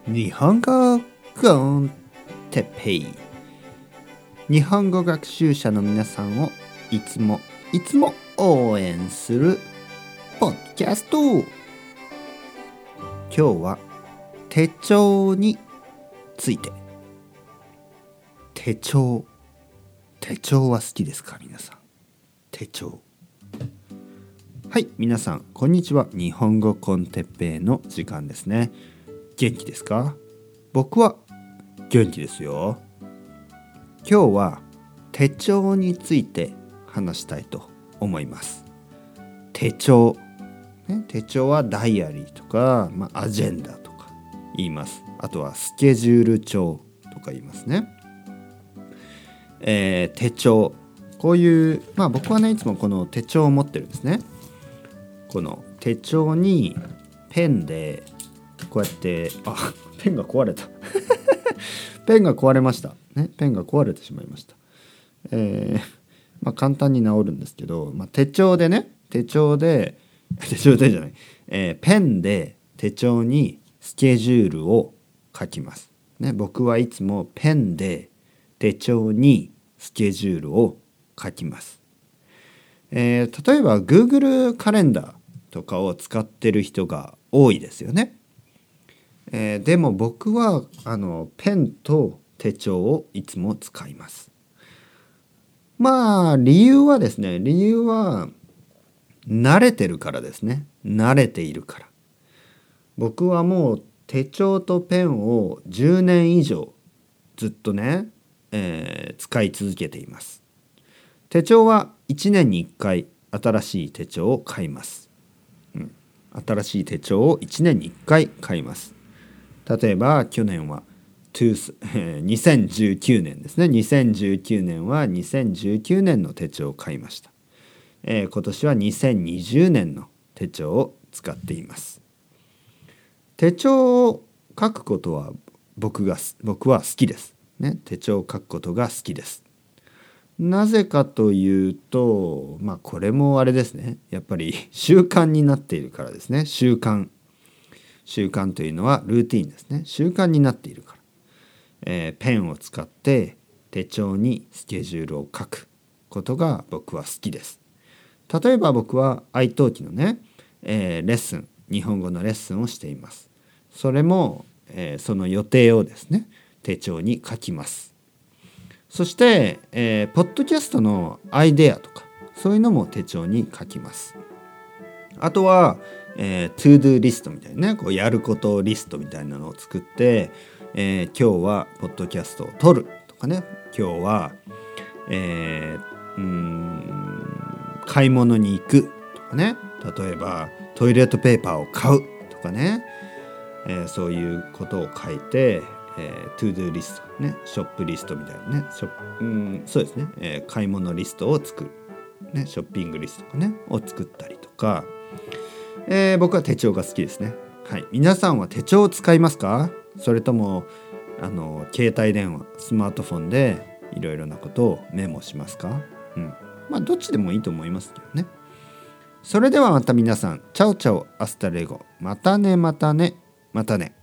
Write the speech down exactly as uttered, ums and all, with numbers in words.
日本語コンテッペイ。日本語学習者の皆さんをいつもいつも応援するポッドキャスト。今日は手帳について。手帳手帳は好きですか皆さん。手帳。はい、皆さんこんにちは。日本語コンテッペイの時間ですね。元気ですか？僕は元気ですよ。今日は手帳について話したいと思います。手帳、ね、手帳はダイアリーとか、まあ、アジェンダとか言います。あとはスケジュール帳とか言いますね。えー、手帳、こういう、まあ僕はねいつもこの手帳を持ってるんですね。この手帳にペンでこうやって、あ、ペンが壊れたペンが壊れました、ね、ペンが壊れてしまいました。えー、まあ簡単に治るんですけど、まあ、手帳でね手帳で手帳でじゃない、えー、ペンで手帳にスケジュールを書きます、ね、僕はいつもペンで手帳にスケジュールを書きます。えー、例えば Google カレンダーとかを使ってる人が多いですよね。えー、でも僕はあのペンと手帳をいつも使います。まあ理由はですね理由は慣れてるからですね。慣れているから。僕はもう手帳とペンをじゅうねん以上ずっとね、えー、使い続けています。手帳はいちねんにいっかい新しい手帳を買います、うん、新しい手帳をいちねんにいっかい買います。例えば去年はにせんじゅうきゅうねんですね。にせんじゅうきゅうねんはにせんじゅうきゅうねんの手帳を買いました。えー、今年はにせんにじゅうねんの手帳を使っています。手帳を書くことは僕が僕は好きです、ね、手帳を書くことが好きです。なぜかというと、まあこれもあれですね。やっぱり習慣になっているからですね。習慣。習慣というのはルーティーンですね。習慣になっているから。えー、ペンを使って手帳にスケジュールを書くことが僕は好きです。例えば僕は愛登記のね、えー、レッスン、日本語のレッスンをしています。それも、えー、その予定をですね、手帳に書きます。そして、えー、ポッドキャストのアイデアとかそういうのも手帳に書きます。あとは、えー、トゥードゥーリストみたいなね、こうやることリストみたいなのを作って、えー、今日はポッドキャストを撮るとかね、今日は、えー、うーん買い物に行くとかね、例えばトイレットペーパーを買うとかね、えー、そういうことを書いて、えー、トゥードゥーリストね、ショップリストみたいなね、ショップ、うん、そうですね、えー、買い物リストを作る、ね、ショッピングリストとかねを作ったりとか、えー、僕は手帳が好きですね。はい、皆さんは手帳を使いますか？それともあの携帯電話、スマートフォンでいろいろなことをメモしますか？うん、まあどっちでもいいと思いますけどね。それではまた皆さん、チャオチャオ、アスタレゴ、またねまたねまたね。